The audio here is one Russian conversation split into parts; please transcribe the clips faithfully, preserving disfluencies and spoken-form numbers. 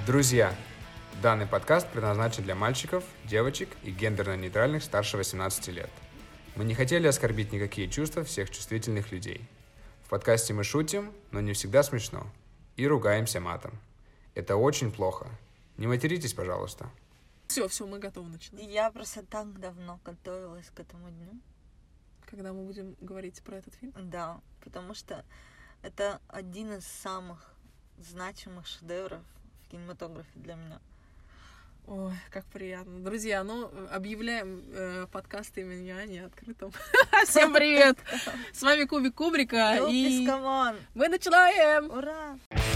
Друзья, данный подкаст предназначен для мальчиков, девочек и гендерно-нейтральных старше восемнадцати лет. Мы не хотели оскорбить никакие чувства всех чувствительных людей. В подкасте мы шутим, но не всегда смешно. И ругаемся матом. Это очень плохо. Не материтесь, пожалуйста. Все, все, мы готовы начинать. Я просто так давно готовилась к этому дню. Когда мы будем говорить про этот фильм? Да, потому что это один из самых значимых шедевров в кинематографе для меня. Ой, как приятно. Друзья, ну, объявляем э, подкаст имени Ани открытым. Всем привет! С вами Кубик Кубрика. И мы начинаем! Ура!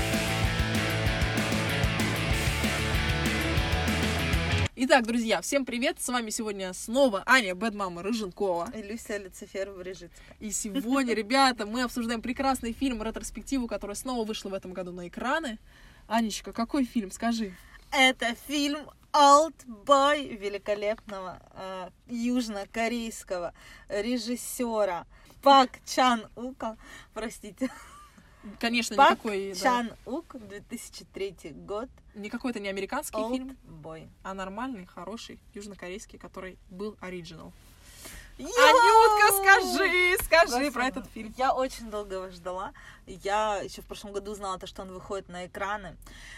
Итак, друзья, всем привет! С вами сегодня снова Аня, бэдмама Рыженкова. И Люся Люциферова-Брежицкая. И сегодня, ребята, мы обсуждаем прекрасный фильм, ретроспективу, которая снова вышла в этом году на экраны. Анечка, какой фильм? Скажи. Это фильм «Олдбой» великолепного э, южнокорейского режиссера Пак Чан Ука. Простите. Конечно, Пак никакой... Чан да. Ук, две тысячи третий год. Никакой это не американский Old фильм, Boy. а нормальный, хороший, южнокорейский, который был оригинал. Йоу! Анютка, скажи, скажи Господи, про этот фильм. Я очень долго его ждала. Я еще в прошлом году знала, то, что он выходит на экраны.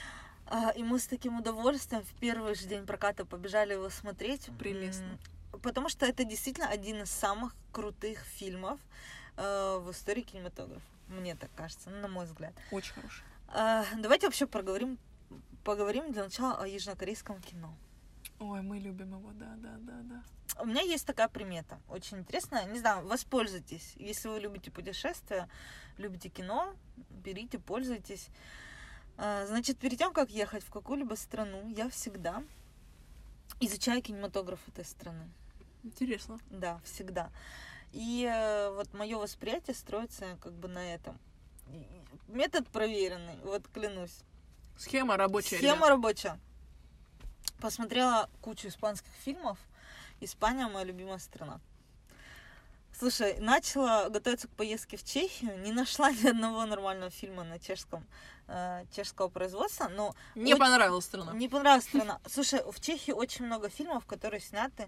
И мы с таким удовольствием в первый же день проката побежали его смотреть. Прелестно. Потому что это действительно один из самых крутых фильмов в истории кинематографа. Мне так кажется, на мой взгляд. Очень хороший. Давайте вообще поговорим, поговорим для начала о южнокорейском кино. Ой, мы любим его, да, да, да, да. У меня есть такая примета, очень интересная. Не знаю, воспользуйтесь. Если вы любите путешествия, любите кино, берите, пользуйтесь. Значит, перед тем, как ехать в какую-либо страну, я всегда изучаю кинематограф этой страны. Интересно. Да, всегда. И э, вот мое восприятие строится как бы на этом. Метод проверенный, вот клянусь. Схема рабочая. Схема ребят. рабочая. Посмотрела кучу испанских фильмов. Испания моя любимая страна. Слушай, начала готовиться к поездке в Чехию, не нашла ни одного нормального фильма на чешском, э, чешского производства, но... Не очень... понравилась страна. Не понравилась страна. Слушай, в Чехии очень много фильмов, которые сняты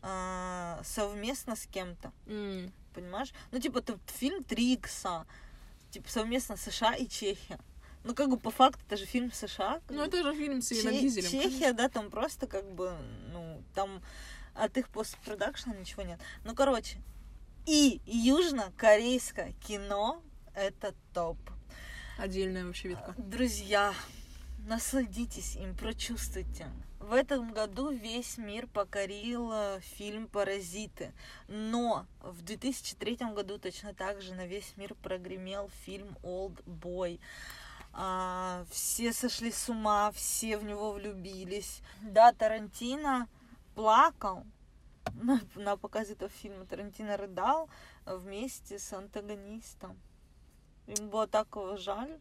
э, совместно с кем-то, Mm. понимаешь? Ну, типа, тут фильм «Три икса», типа, совместно США и Чехия. Ну, как бы, по факту, это же фильм США. Ну, это же фильм с Вином Че- Дизелем. Чехия, конечно. да, там просто, как бы, ну, там от их постпродакшена ничего нет. Ну, короче... И южнокорейское кино — это топ. Отдельная вообще ветка. Друзья, насладитесь им, прочувствуйте. В этом году весь мир покорил фильм «Паразиты». Но в две тысячи третьем году точно так же на весь мир прогремел фильм «Олдбой». А, все сошли с ума, все в него влюбились. Да, Тарантино плакал. На, на показе этого фильма Тарантино рыдал вместе с антагонистом. Ему было так его жаль.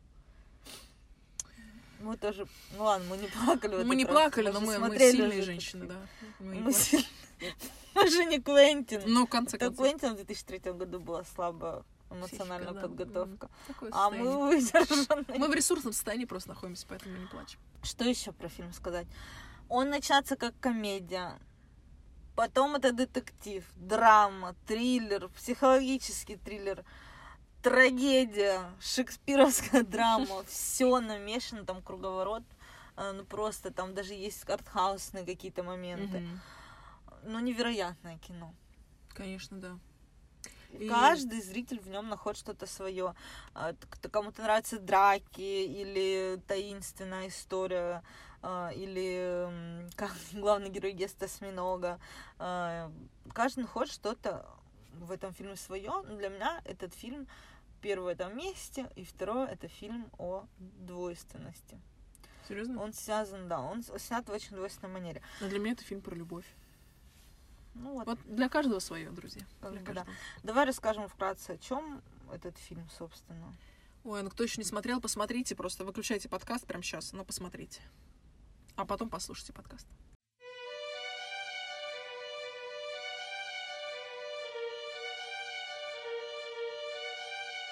Мы тоже... Ну ладно, мы не плакали. Мы не плакали, но мы, мы сильные женщины, да. Мы, мы, силь... мы же не Квентин. Ну, в конце концов. Квентин в две тысячи третьем году была слабая эмоциональная Психика, подготовка. Да. А мы выдержаны. Мы в ресурсном состоянии просто находимся, поэтому не плачем. Что еще про фильм сказать? Он начинается как комедия. Потом это детектив, драма, триллер, психологический триллер, трагедия, шекспировская драма. Все намешано, там круговорот. Ну просто там даже есть артхаусные какие-то моменты. Mm-hmm. Ну невероятное кино. Конечно, да. И... Каждый зритель в нем находит что-то свое. Кому-то нравятся драки или таинственная история. Или как главный герой ест осьминога. Каждый находит что-то в этом фильме свое. Но для меня этот фильм первое это о месте, и второе это фильм о двойственности. Серьезно? Он связан, да, он снят в очень двойственной манере. Но для меня это фильм про любовь. Ну, вот. вот для каждого свое, друзья. Для Да. каждого. Давай расскажем вкратце, о чем этот фильм, собственно. Ой, ну кто еще не смотрел, посмотрите, просто выключайте подкаст прямо сейчас, но посмотрите. А потом послушайте подкаст.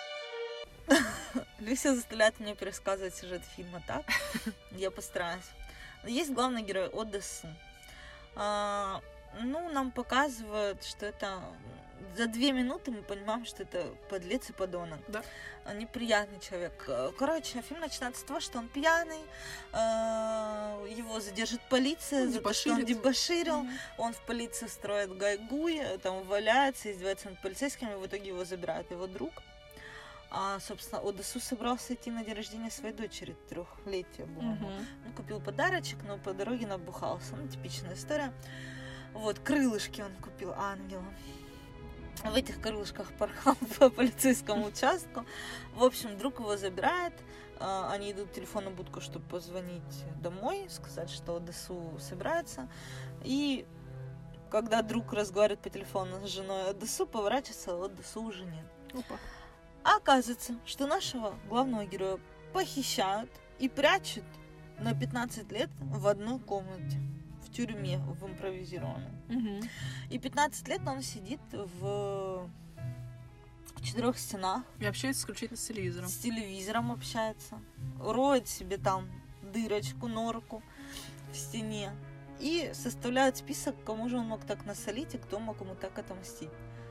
Люся заставляет меня пересказывать сюжет фильма так. Я постараюсь. Есть главный герой Одессу. А, ну, нам показывают, что это... За две минуты мы понимаем, что это подлец и подонок. Да. Неприятный человек. Короче, фильм начинается с того, что он пьяный, его задержит полиция за то, что он дебоширил. Mm-hmm. Он в полиции строит гайгуй, там валяется, издевается над полицейскими, в итоге его забирает его друг. А, собственно, Одессу собрался идти на день рождения своей дочери, трехлетия, по-моему. Mm-hmm. Он купил подарочек, но по дороге набухался. Ну, типичная история. Вот, крылышки он купил ангела. В этих крылышках порхал по полицейскому участку. В общем, друг его забирает. Они идут в телефонную будку, чтобы позвонить домой, сказать, что Одессу собирается. И когда друг разговаривает по телефону с женой Одессу, поворачивается, а Одессу уже нет. Опа. А оказывается, что нашего главного героя похищают и прячут на пятнадцать лет в одной комнате. В тюрьме, в импровизированной. Угу. И пятнадцать лет он сидит в четырех стенах. И общается исключительно с телевизором. С телевизором общается. Роет себе там дырочку, норку в стене. И составляет список, кому же он мог так насолить и кто мог ему так отомстить.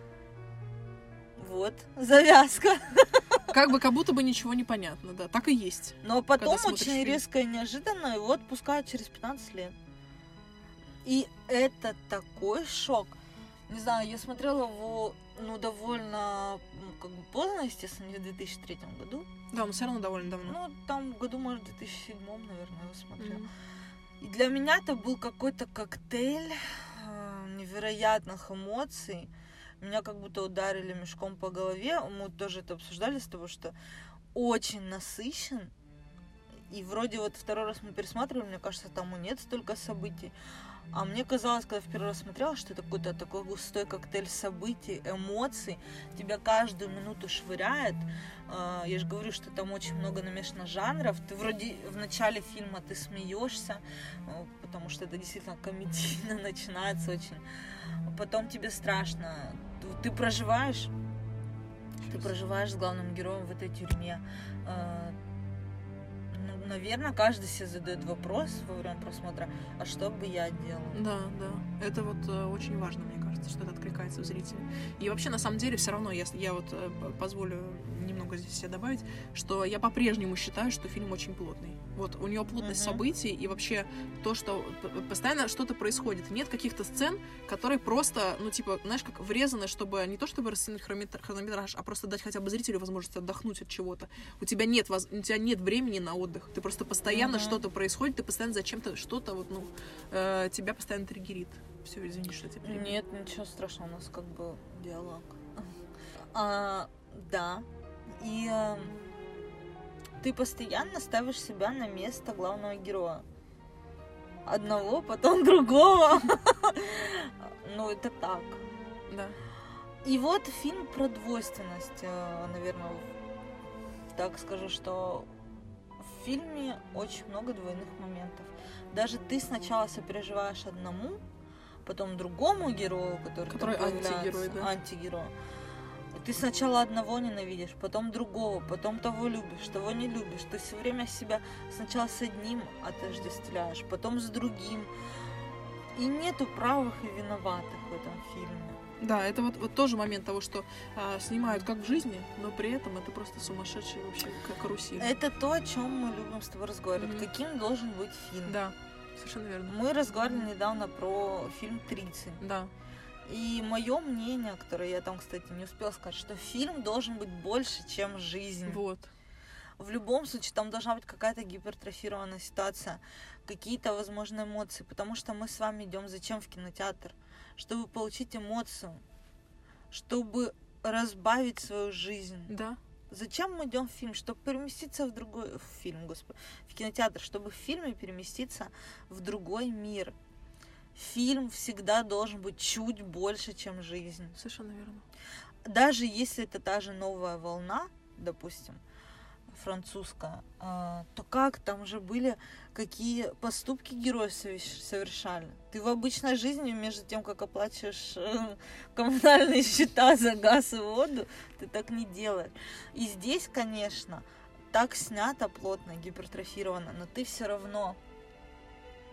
Вот, завязка. Как бы, как будто бы ничего не понятно, да, так и есть. Но потом очень резко и неожиданно его отпускают через пятнадцать лет. И это такой шок. Не знаю, я смотрела его, ну, довольно, ну, как бы поздно, естественно, не в две тысячи третьем году. Да, но все равно довольно давно. Ну, там в году, может, в две тысячи седьмом, наверное, его смотрела. Mm-hmm. И для меня это был какой-то коктейль э, невероятных эмоций. Меня как будто ударили мешком по голове. Мы тоже это обсуждали с тобой, что очень насыщен. И вроде вот второй раз мы пересматривали, мне кажется, там и нет столько событий. А мне казалось, когда в первый раз смотрела, что это какой-то такой густой коктейль событий, эмоций. Тебя каждую минуту швыряет. Я же говорю, что там очень много намешано жанров. Ты вроде в начале фильма ты смеешься, потому что это действительно комедийно начинается очень. Потом тебе страшно. Ты проживаешь, ты проживаешь с главным героем в этой тюрьме. Наверное, каждый себе задает вопрос во время просмотра, а что бы я делала? Да, да. Это вот э, очень важно, мне кажется, что это откликается у зрителей. И вообще, на самом деле, все равно, я, я вот э, позволю немного здесь себе добавить, что я по-прежнему считаю, что фильм очень плотный. Вот, у него плотность uh-huh. событий и вообще то, что постоянно что-то происходит. Нет каких-то сцен, которые просто, ну, типа, знаешь, как врезаны, чтобы не то чтобы растянуть хронометраж, а просто дать хотя бы зрителю возможность отдохнуть от чего-то. У тебя нет, воз... у тебя нет времени на отдых. Ты просто постоянно uh-huh. что-то происходит, ты постоянно зачем-то что-то вот, ну, э, тебя постоянно триггерит. Все, извини, что я тебя перебила. Нет, ничего страшного, у нас как бы диалог. А, да. И а, ты постоянно ставишь себя на место главного героя. Одного, потом другого. Ну, это так. Да. И вот фильм про двойственность, наверное, так скажу, что в фильме очень много двойных моментов. Даже ты сначала сопереживаешь одному, потом другому герою, который, который антигерой, да? антигерой. Ты сначала одного ненавидишь, потом другого, потом того любишь, того не любишь. Ты все время себя сначала с одним отождествляешь, потом с другим. И нету правых и виноватых в этом фильме. Да, это вот, вот тоже момент того, что а, снимают как в жизни, но при этом это просто сумасшедший вообще как карусель. Это то, о чем мы любим с тобой разговаривать. Mm-hmm. Каким должен быть фильм. Да, совершенно верно. Мы разговаривали недавно про фильм «тридцать». Да. И мое мнение, которое я там, кстати, не успела сказать, что фильм должен быть больше, чем жизнь. Вот. В любом случае, там должна быть какая-то гипертрофированная ситуация, какие-то, возможно, эмоции, потому что мы с вами идем зачем в кинотеатр? Чтобы получить эмоцию, чтобы разбавить свою жизнь. Да. Зачем мы идем в фильм? Чтобы переместиться в другой в фильм, господи, в кинотеатр, чтобы в фильме переместиться в другой мир. Фильм всегда должен быть чуть больше, чем жизнь. Совершенно верно. Даже если это та же «Новая волна», допустим, французская, то как там же были, какие поступки герои совершали? Ты в обычной жизни, между тем, как оплачиваешь коммунальные счета за газ и воду, ты так не делаешь. И здесь, конечно, так снято плотно, гипертрофировано, но ты все равно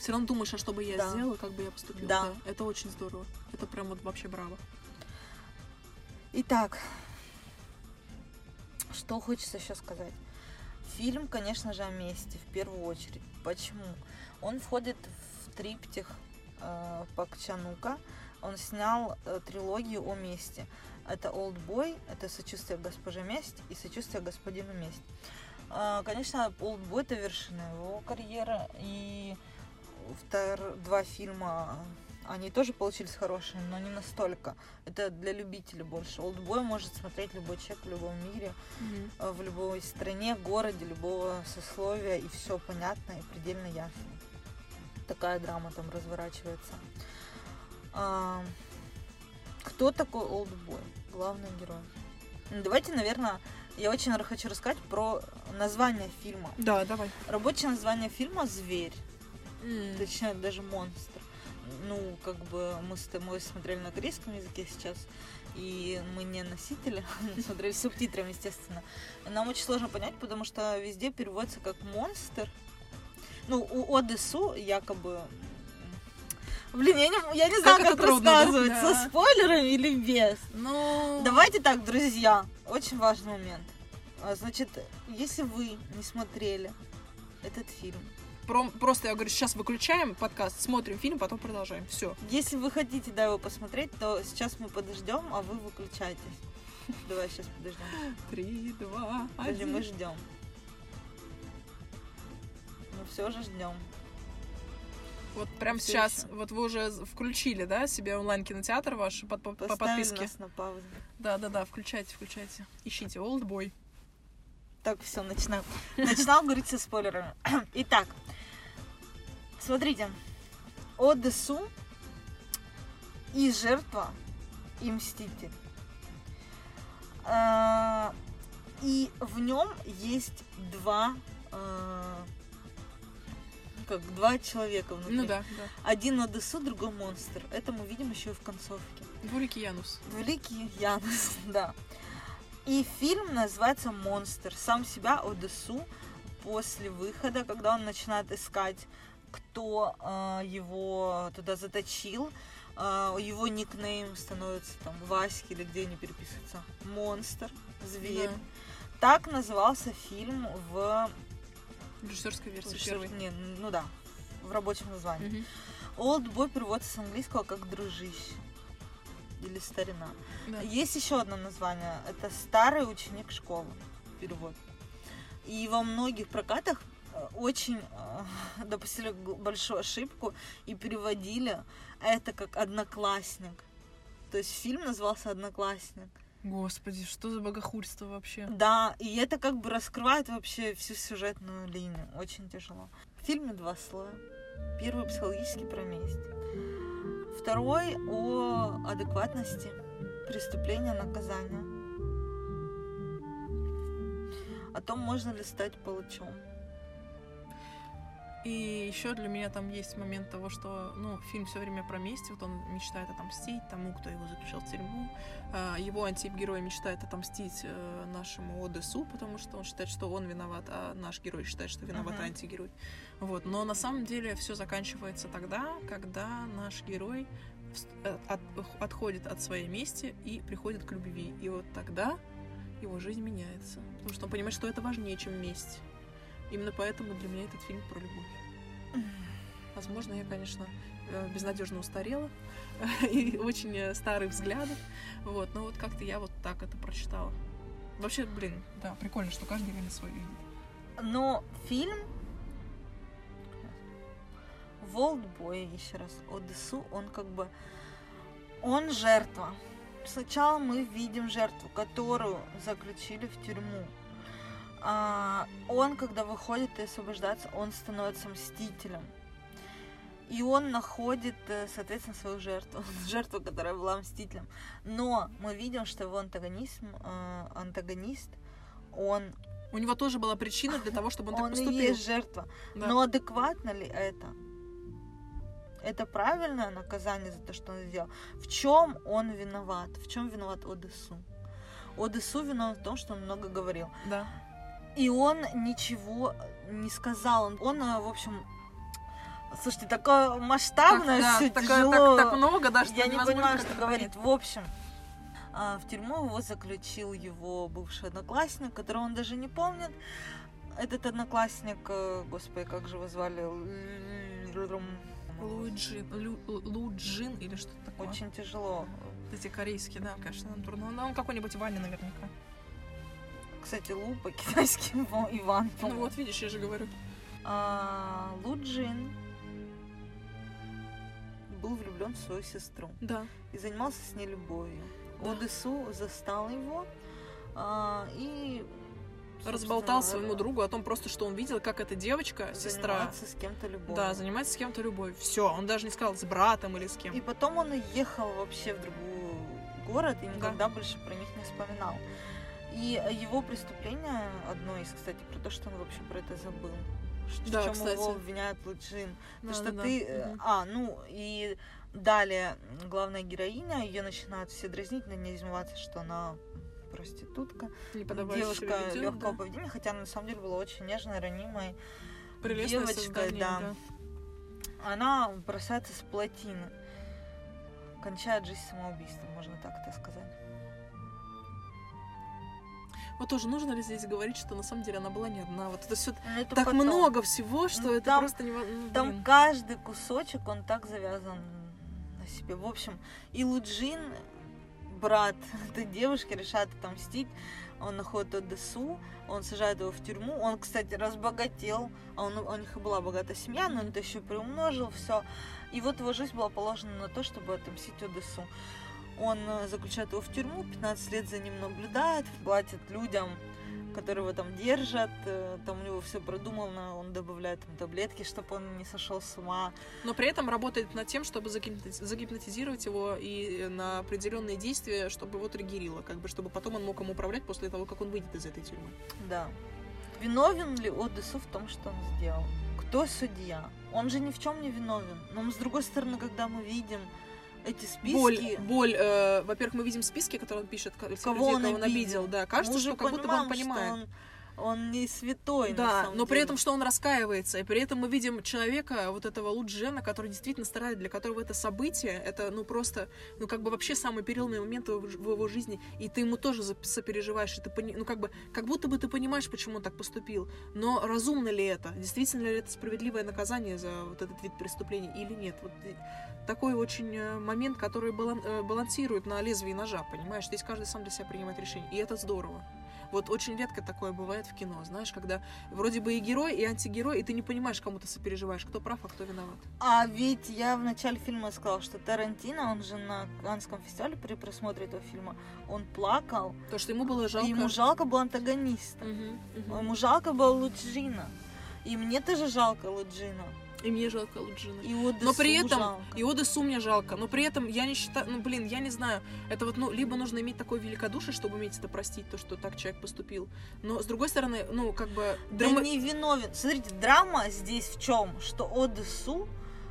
Все равно думаешь, а что бы я да. сделала, как бы я поступила. Да. да. Это очень здорово. Это прям вот вообще браво. Итак, что хочется еще сказать. Фильм, конечно же, о мести в первую очередь. Почему? Он входит в триптих э, Пак Чан-ука. Он снял э, трилогию о мести. Это «Олдбой», это «Сочувствие госпоже месть» и «Сочувствие господину месть». Э, конечно, «Олдбой» — это вершина его карьеры. И втор... два фильма, они тоже получились хорошие, но не настолько. Это для любителей больше. «Олдбой» может смотреть любой человек в любом мире, mm-hmm. в любой стране, городе, любого сословия, и все понятно и предельно ясно. Такая драма там разворачивается. А, кто такой Олдбой? Главный герой. Давайте, наверное, я очень хочу рассказать про название фильма. Да, давай. Рабочее название фильма «Зверь». Mm. Точнее, даже «Монстр». Ну, как бы мы с тобой смотрели на корейском языке сейчас, и мы не носители, смотрели с субтитрами, естественно. И нам очень сложно понять, потому что везде переводится как «монстр». Ну, у Одессу якобы... Блин, я не, я не знаю, как, как рассказывать, да? Со спойлерами или без. Но... Давайте так, друзья, очень важный момент. Значит, если вы не смотрели этот фильм... Про, просто, я говорю, сейчас выключаем подкаст, смотрим фильм, потом продолжаем. Все. Если вы хотите, да, его посмотреть, то сейчас мы подождем, а вы выключайтесь. Давай сейчас подождем. Три, два, один. Мы ждем. Мы все же ждем. Вот прямо все сейчас, еще. Вот вы уже включили, да, себе онлайн-кинотеатр ваш по, по, по подписке? Нас на паузу. Да-да-да, включайте, включайте. Ищите «Олдбой». Так, все, начинаем. Начинал говорить со спойлерами. Итак, смотрите. Одессу и жертва, и мститель. И в нем есть два... как два человека внутри. Ну да, да. Один Одессу, другой монстр. Это мы видим еще и в концовке. Двуликий Янус. Двуликий Янус, да. И фильм называется «Монстр». Сам себя Одессу после выхода, когда он начинает искать, кто э, его туда заточил, э, его никнейм становится там Васьки или где они переписываются. «Монстр», «Зверь». Да. Так назывался фильм в... режиссерской версии Режиссер... первой. Не, ну да, в рабочем названии. Угу. «Олдбой» переводится с английского как «дружище» или «старина». Да. Есть еще одно название. Это «Старый ученик школы». Перевод. И во многих прокатах очень э, допустили большую ошибку и переводили это как «одноклассник». То есть фильм назывался «Одноклассник». Господи, что за богохульство вообще? Да, и это как бы раскрывает вообще всю сюжетную линию. Очень тяжело. В фильме два слоя. Первый психологический про месть. Второй о адекватности преступления, наказания. О том, можно ли стать палачом. И еще для меня там есть момент того, что, ну, фильм все время про месть, вот он мечтает отомстить тому, кто его заключил в тюрьму, его антигерой мечтает отомстить нашему Одессу, потому что он считает, что он виноват, а наш герой считает, что виноват uh-huh. антигерой. Вот. Но на самом деле все заканчивается тогда, когда наш герой от, отходит от своей мести и приходит к любви. И вот тогда его жизнь меняется, потому что он понимает, что это важнее, чем месть. Именно поэтому для меня этот фильм про любовь. Возможно, я, конечно, безнадежно устарела и очень старых взглядов. Вот, но вот как-то я вот так это прочитала. Вообще, блин, да, прикольно, что каждый реально свой видит. Но фильм в «Олдбое», еще раз, Одессу, он как бы, он жертва. Сначала мы видим жертву, которую заключили в тюрьму. А он, когда выходит и освобождается, он становится мстителем. И он находит, соответственно, свою жертву, жертву, которая была мстителем. Но мы видим, что его антагонист, антагонист, он... У него тоже была причина для того, чтобы он, он так поступил. Он и есть жертва. Да. Но адекватно ли это? Это правильное наказание за то, что он сделал? В чем он виноват? В чем виноват Одессу? Одессу виноват в том, что он много говорил. Да. И он ничего не сказал. Он, в общем, Слушайте, такое масштабное, так, все да, тяжело. Так, так много, да, что я не понимаю, что говорить. В общем, в тюрьму его заключил его бывший одноклассник, которого он даже не помнит. Этот одноклассник, господи, как же его звали? Луиджин, Лу, Луджин или что-то такое. Очень тяжело. Эти корейские, да, конечно, он трудно. Но он какой-нибудь Ваня наверняка. Кстати, Лу по-китайски Иван. Ну вот, видишь, я же говорю. А, Луджин был влюблен в свою сестру. Да. И занимался с ней любовью. Да. ОДСУ застал его а, и разболтал своему другу о том просто, что он видел, как эта девочка, сестра... Занимается с кем-то любовью. Да, занимается с кем-то любовью. Все, он даже не сказал, с братом или с кем. И потом он уехал вообще в другой город и никогда да. больше про них не вспоминал. И его преступление, одно из, кстати, про то, что он вообще про это забыл. Да, в чем кстати. его обвиняют Луджин. Да, То, что да, ты... да. А, ну, и далее главная героиня, ее начинают все дразнить, на ней измываться, что она проститутка, девушка легкого да. поведения, хотя она на самом деле была очень нежной, ранимой девочкой, да. да. Она бросается с плотины, кончает жизнь самоубийством, можно так это сказать. Вот тоже нужно ли здесь говорить, что на самом деле она была не одна? Вот это все это так потом. много всего, что ну, это там, просто невозможно. Ну, там каждый кусочек, он так завязан на себе. В общем, и Луджин, брат этой девушки, решает отомстить. Он находит ОДСУ, он сажает его в тюрьму. Он, кстати, разбогател. А он, у них была богатая семья, но он это еще приумножил все. И вот его жизнь была положена на то, чтобы отомстить ОДСУ. Он заключает его в тюрьму, пятнадцать лет за ним наблюдает, платит людям, которые его там держат, там у него все продумано, он добавляет там таблетки, чтобы он не сошел с ума. Но при этом работает над тем, чтобы загипнотизировать его и на определенные действия, чтобы его триггерило, как бы, чтобы потом он мог им управлять после того, как он выйдет из этой тюрьмы. Да. Виновен ли ОДСУ в том, что он сделал? Кто судья? Он же ни в чем не виновен. Но с другой стороны, когда мы видим эти списки... Боль, боль э, во-первых, мы видим списки, которые он пишет, кого людей, он кого обидел. он обидел. Да, кажется, что как будто бы он понимает. Он, он не святой, да, на самом но деле. при этом, что он раскаивается. И при этом мы видим человека, вот этого Луджина, который действительно старается, для которого это событие, это, ну, просто, ну, как бы вообще самый переломный момент в, в его жизни. И ты ему тоже сопереживаешь. И ты, ну, как бы, как будто бы ты понимаешь, почему он так поступил. Но разумно ли это? Действительно ли это справедливое наказание за вот этот вид преступления или нет? Вот такой очень момент, который балансирует на лезвии ножа, понимаешь? Здесь каждый сам для себя принимает решение. И это здорово. Вот очень редко такое бывает в кино, знаешь, когда вроде бы и герой, и антигерой, и ты не понимаешь, кому ты сопереживаешь, кто прав, а кто виноват. А ведь я в начале фильма сказала, что Тарантино, он же на Каннском фестивале при просмотре этого фильма, он плакал. То, что ему было жалко. Ему жалко было антагониста. Угу, угу. Ему жалко было Луджина. И мне тоже жалко Луджина. И мне жалко Луджина. И ОДСУ но при этом, жалко. И ОДСУ мне жалко. Но при этом я не считаю, ну, блин, я не знаю. Это вот, ну, либо нужно иметь такое великодушие, чтобы уметь это простить, то, что так человек поступил. Но, с другой стороны, ну, как бы... Драма... Да не виновен. Смотрите, драма здесь в чем? Что ОДСУ,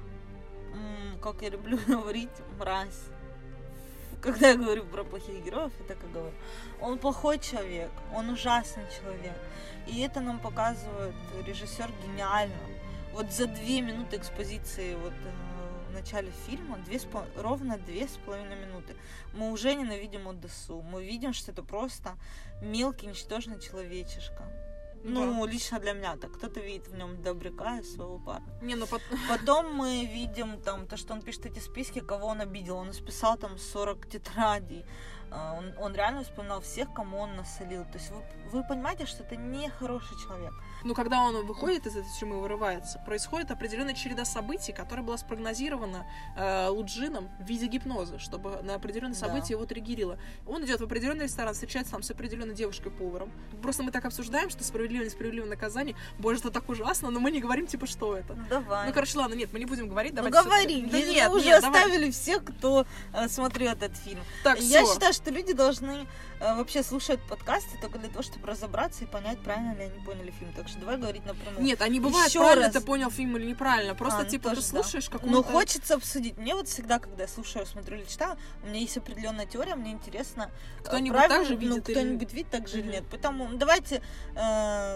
как я люблю говорить, мразь. Когда я говорю про плохих героев, я так и говорю. Он плохой человек, он ужасный человек. И это нам показывает режиссер гениально. Вот за две минуты экспозиции вот, э, в начале фильма, две с, ровно две с половиной минуты, мы уже ненавидим ОДСУ. Мы видим, что это просто мелкий, ничтожный человечишка. Ну, да. Лично для меня так. Кто-то видит в нем добряка и своего парня. Не, ну, под... Потом мы видим там то, что он пишет эти списки, кого он обидел. Он исписал там сорок тетрадей. Он, он реально вспоминал всех, кому он насолил. То есть вы, вы понимаете, что это не хороший человек. Ну, когда он выходит из этой тюрьмы и вырывается, происходит определенная череда событий, которая была спрогнозирована э, Луджином в виде гипноза, чтобы на определенные события да. его триггерило. Он идет в определенный ресторан, встречается там с определенной девушкой-поваром. Просто мы так обсуждаем, что справедливое и несправедливое наказание. Боже, это так ужасно, но мы не говорим, типа, что это. Ну, давай. Ну, короче, ладно, нет, мы не будем говорить. Ну, говори. Да нет, мы уже нет, оставили давай. всех, кто э, смотрел этот фильм. Так, Я всё. считаю, что люди должны э, вообще слушать подкасты только для того, чтобы разобраться и понять, правильно ли они поняли фильм. Так что давай говорить напрямую. Нет, они бывают, Еще правильно раз. ты понял фильм или неправильно. Просто, а, ну, типа, ты слушаешь да. какую-то... Но хочется обсудить. Мне вот всегда, когда я слушаю, смотрю или читаю, у меня есть определенная теория, мне интересно, кто-нибудь так же видит ну, кто-нибудь или... видит так же mm-hmm. или нет. Поэтому давайте... Э,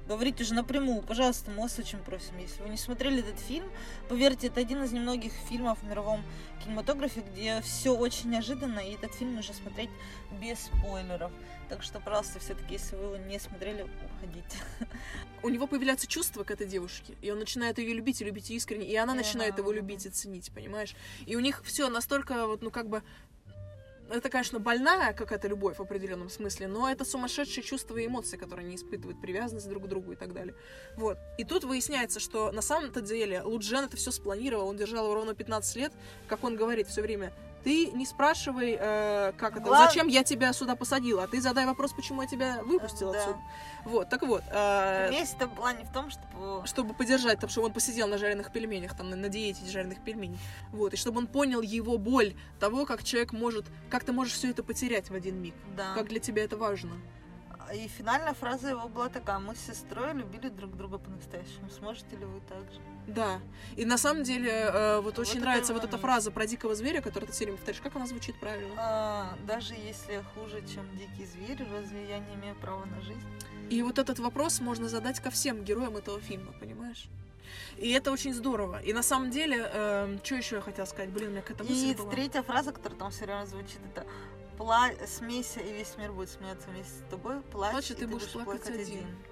говорить уже напрямую. Пожалуйста, мы вас очень просим. Если вы не смотрели этот фильм, поверьте, это один из немногих фильмов в мировом кинематографе, где все очень неожиданно, и этот фильм нужно смотреть без спойлеров. Так что, пожалуйста, все-таки, если вы его не смотрели, уходите. У него появляются чувства к этой девушке, и он начинает ее любить и любить искренне, и она и начинает она... его любить и ценить, понимаешь? И у них все настолько, вот, ну, как бы... Это, конечно, больная какая-то любовь в определенном смысле, но это сумасшедшие чувства и эмоции, которые они испытывают, привязанность друг к другу и так далее. Вот. И тут выясняется, что на самом-то деле Луджен это все спланировал, он держал его ровно пятнадцать лет, как он говорит все время. Ты не спрашивай, э, как это, Глав... зачем я тебя сюда посадила, а ты задай вопрос, почему я тебя выпустила да. отсюда. Вот, так вот. Э, Месть-то была не в том, чтобы... Чтобы поддержать, потому что он посидел на жареных пельменях, там, на, на диете жареных пельменей. Вот, и чтобы он понял его боль того, как человек может, как ты можешь все это потерять в один миг. Да. Как для тебя это важно. И финальная фраза его была такая: мы с сестрой любили друг друга по-настоящему. Сможете ли вы так же? Да. И на самом деле э, вот очень вот нравится вот эта фраза про дикого зверя, которую ты все время повторяешь. Как она звучит правильно? А, даже если я хуже, чем дикий зверь, разве я не имею права на жизнь? И вот этот вопрос можно задать ко всем героям этого фильма, понимаешь? И это очень здорово. И на самом деле, э, что еще я хотела сказать? Блин, у меня какая-то мысль И была. третья фраза, которая там все время звучит, это: Пла... смейся, и весь мир будет смеяться вместе с тобой. Плачь, Плачь, и ты ты будешь будешь плакать плакать один. один.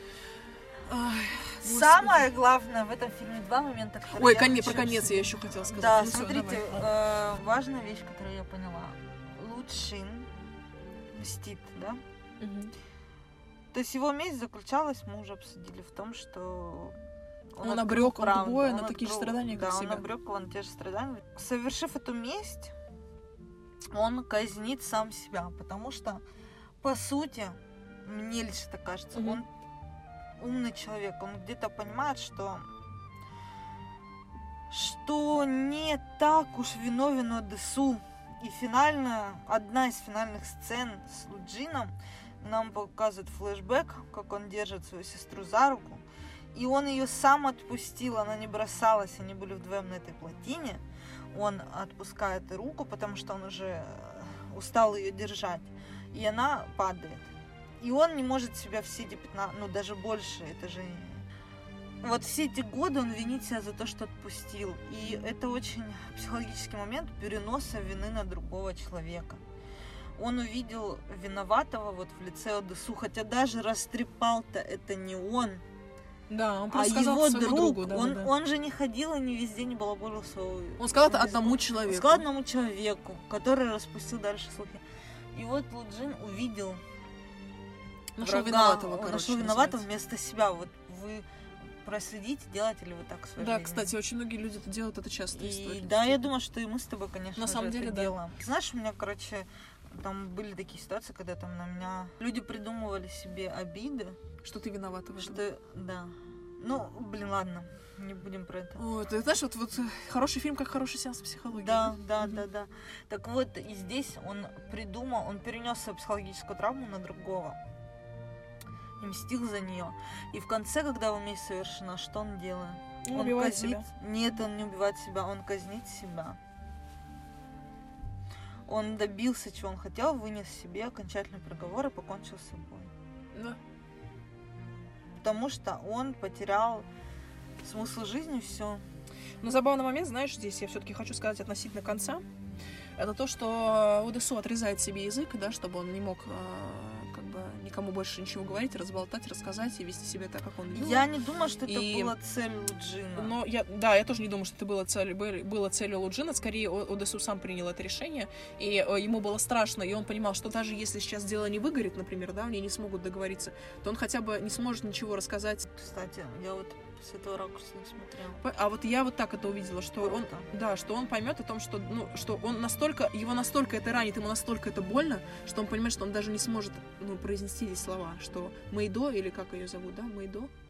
Ай, Самое главное в этом фильме два момента, которые Ой, я конец, хочу про конец обсудить. я еще хотела сказать. Да, ну, смотрите, всё, э, важная вещь, которую я поняла. Луджин мстит, да? Угу. То есть его месть заключалась, мы уже обсудили, в том, что он, он обрек Олдбоя на такие же страдания, да, как он себя. обрек его на те же страдания. Совершив эту месть, он казнит сам себя, потому что, по сути, мне лично так кажется, угу. он умный человек, он где-то понимает, что что не так уж виновен Одессу. И финальная, одна из финальных сцен с Луджином нам показывает флешбэк, как он держит свою сестру за руку, и он ее сам отпустил, она не бросалась, они были вдвоем на этой плотине, он отпускает руку, потому что он уже устал ее держать, и она падает. И он не может себя все эти пятнадцать, ну даже больше, это же... Вот все эти годы он винит себя за то, что отпустил. И это очень психологический момент переноса вины на другого человека. Он увидел виноватого вот в лице Одессу, хотя даже растрепал-то это не он, да, он а его друг. Другу, да, он, да. он же не ходил и не везде не балаболил своего... Он сказал это одному человеку. Он сказал одному человеку, который распустил дальше слухи. И вот Луджин увидел Нашел врага, виноватого, он короче, нашел виноватого называется. вместо себя. Вот вы проследите, делаете ли вы так в своей Да, жизни? кстати, очень многие люди это делают, это часто. И, да, я думаю, что и мы с тобой, конечно, на самом деле, это да. делаем. Знаешь, у меня, короче, там были такие ситуации, когда там на меня люди придумывали себе обиды. Что ты виновата в этом. Что, да. Ну, блин, ладно, не будем про это. О, ты знаешь, вот, вот хороший фильм, как хороший сеанс психологии. Да, да, да, угу. да, да. Так вот, и здесь он придумал, он перенес свою психологическую травму на другого. И мстил за нее. И в конце, когда его месть совершена, что он делает? Он, он убивает казнит... себя. Нет, он не убивает себя, он казнит себя. Он добился, чего он хотел, вынес себе окончательный приговор и покончил с собой. Да. Потому что он потерял смысл жизни, все. Но забавный момент, знаешь, здесь я все-таки хочу сказать относительно конца. Это то, что Одессу отрезает себе язык, да, чтобы он не мог э, как бы никому больше ничего говорить, разболтать, рассказать и вести себя так, как он любил. Я не думаю, что это и... была цель Луджина. Но я, да, я тоже не думаю, что это было целью, было целью Луджина. Скорее, Одессу сам принял это решение, и ему было страшно, и он понимал, что даже если сейчас дело не выгорит, например, да, они не смогут договориться, то он хотя бы не сможет ничего рассказать. Кстати, я вот с этого ракурса не смотрела. А вот я вот так это увидела, что он, да, что он поймет о том, что, ну, что он настолько, его настолько это ранит, ему настолько это больно, что он понимает, что он даже не сможет, ну, произнести эти слова, что Мэйдо, или как ее зовут, да, Мэйдо?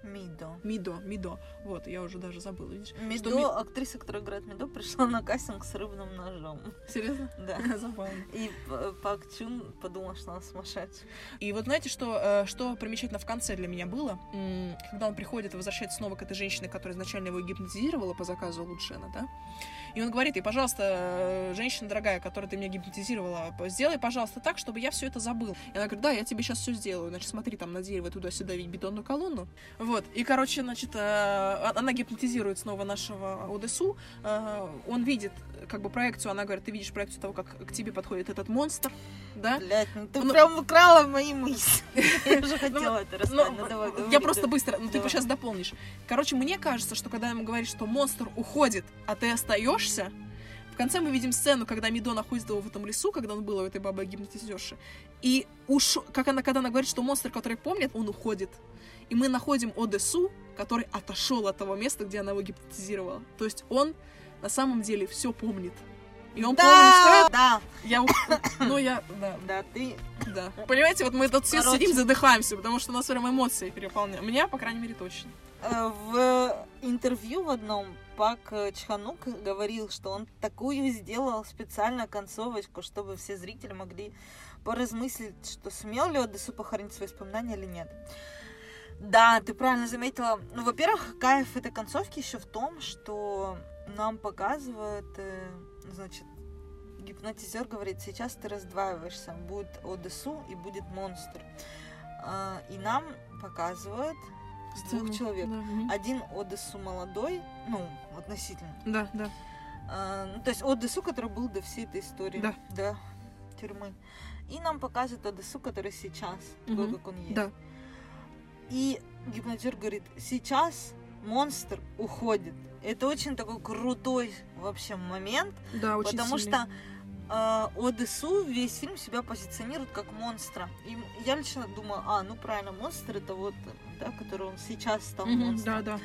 Мидо. Мидо, Мидо. Вот, я уже даже забыла, видишь? Мидо, Ми... актриса, которая играет Мидо, пришла на кастинг с рыбным ножом. Серьезно? Да. Забавно. И Пак Чун подумал, что она сумасшедшая. И вот знаете, что, что примечательно в конце для меня было? Когда он приходит и возвращается снова к этой женщине, которая изначально его гипнотизировала по заказу Лучшена, да? И он говорит ей: пожалуйста, женщина дорогая, которая ты меня гипнотизировала, сделай, пожалуйста, так, чтобы я все это забыл. И она говорит: да, я тебе сейчас все сделаю. Значит, смотри, там на дерево туда-сюда видеть бетонную колонну. Вот. И, короче, значит, она гипнотизирует снова нашего Одессу. Он видит как бы проекцию, она говорит: ты видишь проекцию того, как к тебе подходит этот монстр, да? Блядь, ну ты ну, прям украла мои мысли. Я уже хотела это рассказать, ну давай, говори. Я просто быстро, ну ты сейчас дополнишь. Короче, мне кажется, что когда ему говорит, что монстр уходит, а ты остаешься, в конце мы видим сцену, когда Мидо находится в этом лесу, когда он был у этой бабы гипнотизерши, и уж, как она, когда она говорит, что монстр, который помнит, он уходит. И мы находим Одессу, который отошел от того места, где она его гипнотизировала. То есть он на самом деле все помнит. И он да, помнит, что... Да, я... Ну, я... Да, да, ты... Да. Понимаете, вот мы тут все Короче... сидим, задыхаемся, потому что у нас прям эмоции переполняют. Меня, по крайней мере, точно. В интервью в одном Пак Чханук говорил, что он такую сделал специально концовочку, чтобы все зрители могли поразмыслить, что сумел ли Одессу похоронить свои воспоминания или нет. Да, ты правильно заметила. Ну, во-первых, кайф этой концовки еще в том, что нам показывают, значит, гипнотизер говорит: сейчас ты раздваиваешься, будет Одессу и будет монстр. И нам показывают Сцену. Двух человек. Да. Один Одессу молодой, ну, относительно. Да, да. А, ну, то есть Одессу, который был до всей этой истории. Да. До тюрьмы. И нам показывают Одессу, который сейчас, угу. такой, как он есть. Да. И гипнотизер говорит: сейчас монстр уходит. Это очень такой крутой вообще момент. Да, очень потому сильный. что Одессу весь фильм себя позиционирует как монстра. И я лично думаю: а, ну правильно, монстр это вот, да, который он сейчас стал mm-hmm, монстром. Да, да.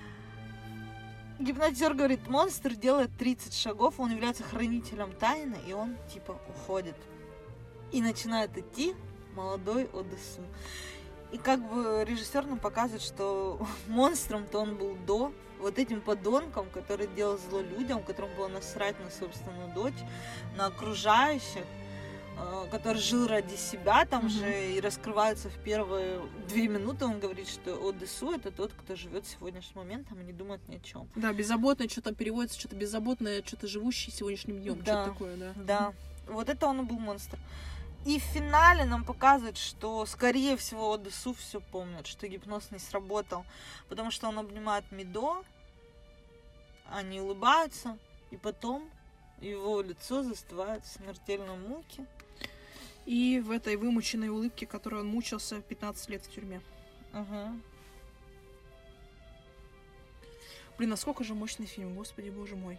Гипнотизер говорит: монстр делает тридцать шагов, он является хранителем тайны, и он типа уходит. И начинает идти молодой Одессу. И как бы режиссер нам показывает, что монстром-то он был до, вот этим подонком, который делал зло людям, которому было насрать на собственную дочь, на окружающих, э, который жил ради себя там mm-hmm. же, и раскрывается в первые две минуты, он говорит, что Одессу это тот, кто живет сегодняшним моментом и не думает ни о чем. Да, беззаботное, что там переводится, что-то беззаботное, что-то живущий сегодняшним днем, да, что-то такое, да. Да, вот это он и был монстр. И в финале нам показывают, что, скорее всего, Одессу все помнят, что гипноз не сработал, потому что он обнимает Мидо, они улыбаются, и потом его лицо застывает в смертельной муке. И в этой вымученной улыбке, которой он мучился пятнадцать лет в тюрьме. Угу. Блин, насколько же мощный фильм, господи, боже мой.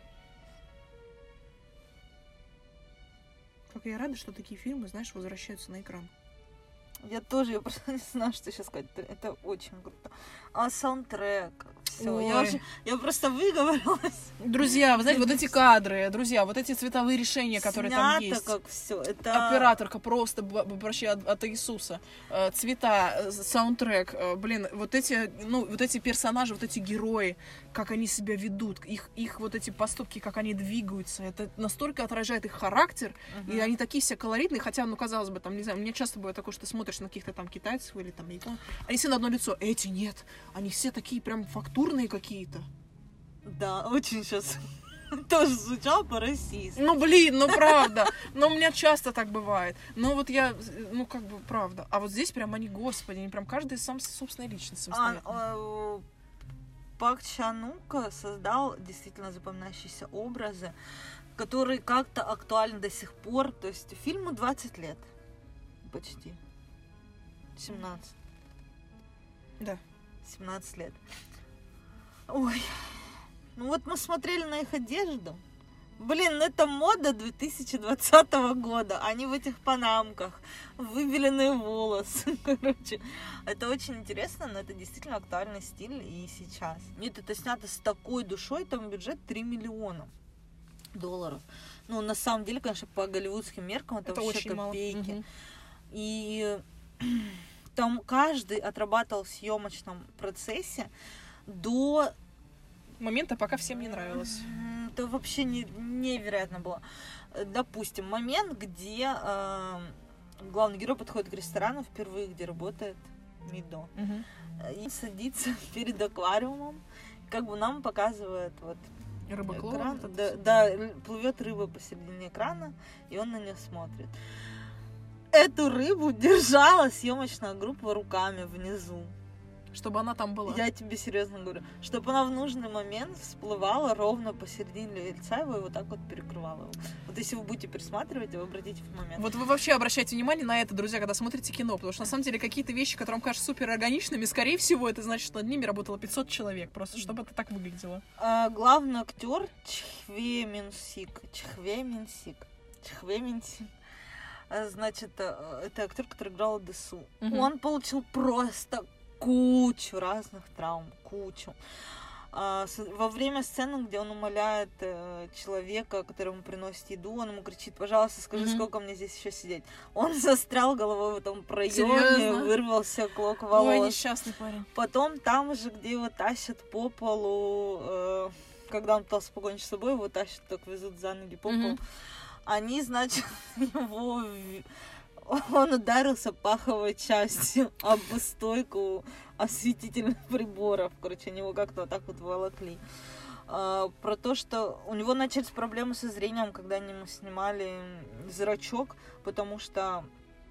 Как я рада, что такие фильмы, знаешь, возвращаются на экран. Я тоже, я просто не знаю, что сейчас сказать. Это, это очень круто. А саундтрек, все, я, уже, я просто выговорилась. Друзья, вы знаете, вот эти кадры, друзья, вот эти цветовые решения, которые снято там есть. Как все. Это... Операторка просто вообще от, от Иисуса. Цвета, саундтрек, блин, вот эти, ну, вот эти персонажи, вот эти герои, как они себя ведут, их, их вот эти поступки, как они двигаются, это настолько отражает их характер, uh-huh. и они такие все колоритные, хотя, ну, казалось бы, там, не знаю, мне часто бывает такое, что ты смотришь на каких-то там китайцев или там японцев, они все на одно лицо, эти нет, они все такие прям фактурные какие-то. Да, очень сейчас тоже звучало по-российски. Ну, блин, ну правда. Но у меня часто так бывает. Но вот я, ну, как бы, правда. А вот здесь прям они, господи, они прям каждый сам собственной личностью а, Пак Чханук создал действительно запоминающиеся образы, которые как-то актуальны до сих пор. То есть фильму двадцать лет. Почти. семнадцать. Да. семнадцать лет. Ой. Ну вот мы смотрели на их одежду. Блин, ну это мода две тысячи двадцатого года. Они в этих панамках, выбеленные волосы. Короче, это очень интересно, но это действительно актуальный стиль и сейчас. Нет, это снято с такой душой, там бюджет три миллиона долларов. Ну, на самом деле, конечно, по голливудским меркам это, это вообще копейки. Мало. Угу. И там каждый отрабатывал в съемочном процессе до момента, пока всем не нравилось. Это вообще не, невероятно было. Допустим, момент, где э, главный герой подходит к ресторану впервые, где работает Мидо. Угу. И садится перед аквариумом, как бы нам показывает вот рыбоклов, экран. вот Да, да, плывет рыба посередине экрана, и он на нее смотрит. Эту рыбу держала съемочная группа руками внизу. Чтобы она там была. Я тебе серьезно говорю. Чтобы она в нужный момент всплывала ровно посередине лица его и вот так вот перекрывала его. Вот если вы будете пересматривать, вы обратите в момент. Вот вы вообще обращайте внимание на это, друзья, когда смотрите кино, потому что на самом деле какие-то вещи, которые вам кажутся супер органичными, скорее всего, это значит, что над ними работало пятьсот человек, просто чтобы это так выглядело. А, главный актер Чхве Минсик. Чхве Минсик. Чхве Минсик. Значит, это актер, который играл Дэсу. Угу. Он получил просто кучу разных травм, кучу. А, с, во время сцены, где он умоляет э, человека, который ему приносит еду, он ему кричит: пожалуйста, скажи, mm-hmm. сколько мне здесь еще сидеть. Он застрял головой в этом проеме, вырвался клок волос. Ой, несчастный парень. Потом там же, где его тащат по полу, э, когда он пытался покончить с собой, его тащат, так везут за ноги по полу. Mm-hmm. Они, значит, его... Он ударился паховой частью об стойку осветительных приборов. Короче, они его как-то вот так вот волокли. А, про то, что у него начались проблемы со зрением, когда они ему снимали зрачок, потому что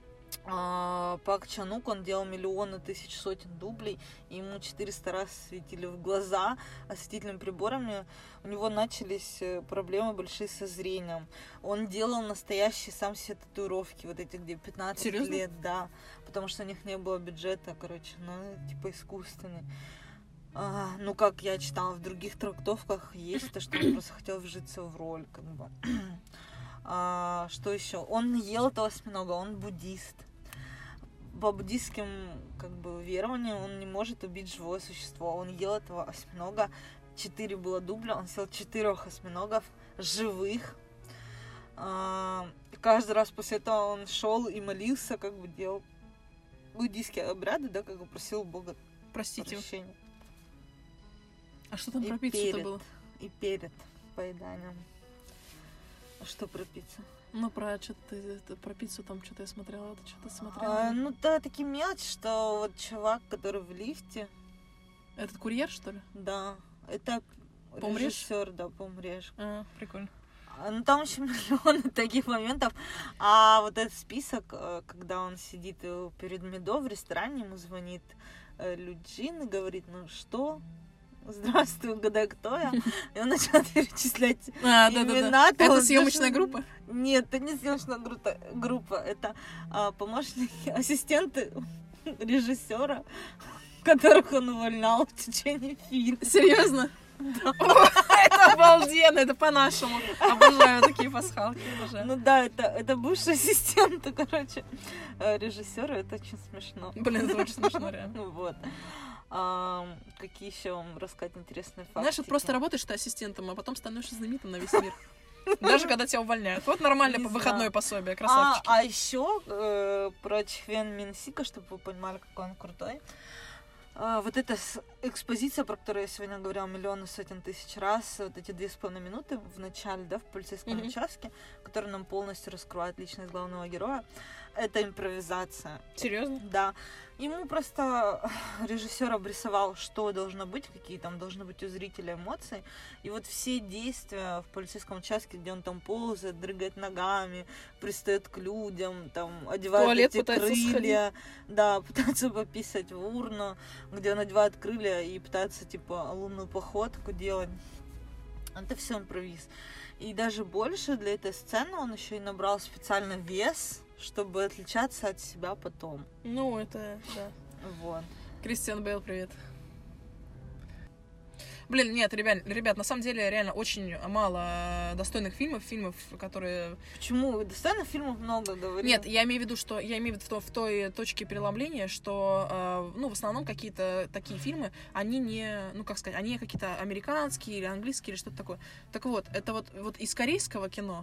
а, Пак Чан-ук, он делал миллионы, тысяч, сотен дублей, и ему четыреста раз светили в глаза осветительными приборами. У него начались проблемы большие со зрением. Он делал настоящие сам себе татуировки, вот эти, где пятнадцать Серьезно? лет, да, потому что у них не было бюджета, короче, ну, типа искусственный. А, ну, как я читала в других трактовках, есть то, что он просто хотел вжиться в роль, как бы. А, что еще? Он ел этого осьминога, он буддист. По буддистским, как бы, верованиям он не может убить живое существо. Он ел этого осьминога. Четыре было дубля, он съел четырех осьминогов живых. А, каждый раз после этого он шел и молился, как бы делал буддийские обряды, да, как бы просил Бога Простите. прощения. А что там и про пиццу-то было? И перед поеданием. А что про пиццу? Ну, про что-то, про пиццу там что-то я смотрела, ты что-то смотрела? А, ну, да, такие мелочи, что вот чувак, который в лифте... Этот курьер, что ли? Да, это Помрешь? режиссер, да, Помрешь. А, прикольно. А, ну, там еще миллионы таких моментов. А вот этот список, когда он сидит перед Мидо в ресторане, ему звонит Люджин и говорит: ну что... Здравствуй, угадай, кто я. И он начал перечислять а, имена. Да, да, да. Это съемочная группа? Нет, это не съемочная группа. группа. Это а, помощники, ассистенты режиссера, которых он увольнял в течение фильма. Серьезно? Да. Это обалденно, это по-нашему. Обожаю такие пасхалки. Обожаю. Ну да, это, это бывший ассистент, короче, режиссера. Это очень смешно. Блин, это очень смешно, реально. Вот. А, какие еще вам рассказать интересные факты? Знаешь, вот просто работаешь ты ассистентом, а потом становишься знаменитым на весь мир. Даже когда тебя увольняют. Вот нормальное не выходное знаю. Пособие, красавчики. А, а еще э, про Чхвен Минсика, чтобы вы понимали, какой он крутой. А, вот эта экспозиция, про которую я сегодня говорила миллионы, сотен тысяч раз, вот эти две с половиной минуты в начале, да, в полицейском mm-hmm. участке, который нам полностью раскрывает личность главного героя, это импровизация. Серьезно? Да. Ему просто режиссер обрисовал, что должно быть, какие там должны быть у зрителя эмоции. И вот все действия в полицейском участке, где он там ползает, дрыгает ногами, пристает к людям, там одевает туалет эти крылья, да, пытается пописать в урну, где он одевает крылья и пытается типа лунную походку делать. Это все импровиз. И даже больше для этой сцены он еще и набрал специально вес, чтобы отличаться от себя потом. Ну, это, да. Вот. Кристиан Бейл, привет. Блин, нет, ребят, ребят, на самом деле реально очень мало достойных фильмов, фильмов, которые... Почему? Достойных фильмов много, говорю. Нет, я имею в виду, что я имею в виду в, в той точке преломления, что, э, ну, в основном какие-то такие фильмы, они не, ну, как сказать, они какие-то американские или английские или что-то такое. Так вот, это вот, вот из корейского кино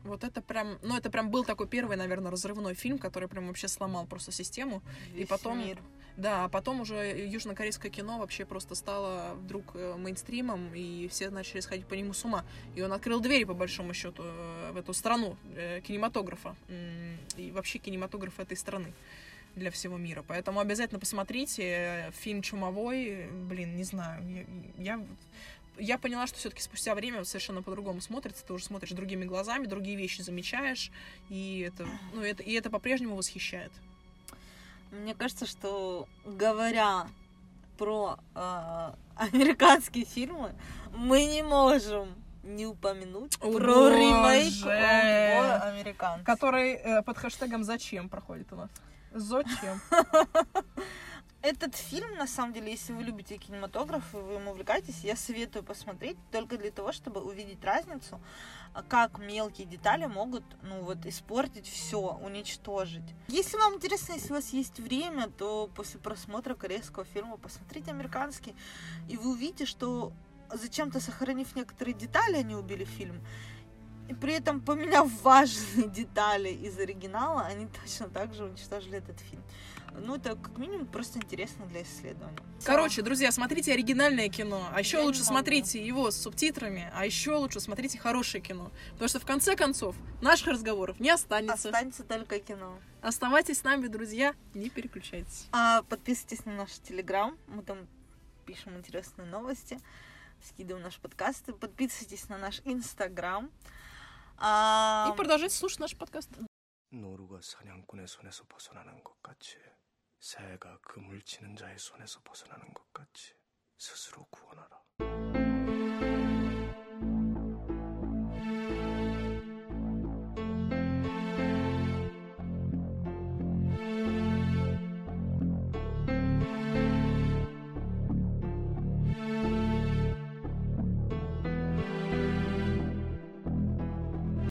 Вот это прям, ну это прям был такой первый, наверное, разрывной фильм, который прям вообще сломал просто систему. Весь и потом, мир. Да, а потом уже южнокорейское кино вообще просто стало вдруг мейнстримом, и все начали сходить по нему с ума. И он открыл двери, по большому счету, в эту страну кинематографа и вообще кинематографа этой страны для всего мира. Поэтому обязательно посмотрите фильм «Чумовой». Блин, не знаю, я... я... Я поняла, что все-таки спустя время совершенно по-другому смотрится, ты уже смотришь другими глазами, другие вещи замечаешь, и это, ну, это, и это по-прежнему восхищает. Мне кажется, что говоря про э, американские фильмы, мы не можем не упомянуть О, про боже. ремейк «Американцы», который э, под хэштегом «Зачем» проходит у нас. Зачем? Этот фильм, на самом деле, если вы любите кинематограф и вы им увлекаетесь, я советую посмотреть только для того, чтобы увидеть разницу, как мелкие детали могут, ну вот, испортить все, уничтожить. Если вам интересно, если у вас есть время, то после просмотра корейского фильма посмотрите американский, и вы увидите, что зачем-то сохранив некоторые детали, они убили фильм, и при этом, поменяв важные детали из оригинала, они точно так же уничтожили этот фильм. Ну, это как минимум просто интересно для исследования. Короче, друзья, смотрите оригинальное кино, а еще Я лучше смотрите его с субтитрами, а еще лучше смотрите хорошее кино. Потому что в конце концов наших разговоров не останется. Останется только кино. Оставайтесь с нами, друзья, не переключайтесь. А подписывайтесь на наш Телеграм, мы там пишем интересные новости, скидываем наши подкасты. Подписывайтесь на наш Инстаграм. А... И продолжайте слушать наш подкаст. 노루가 사냥꾼의 손에서 벗어나는 것 같이 새가 그물 치는 자의 손에서 벗어나는 것 같이 스스로 구원하라.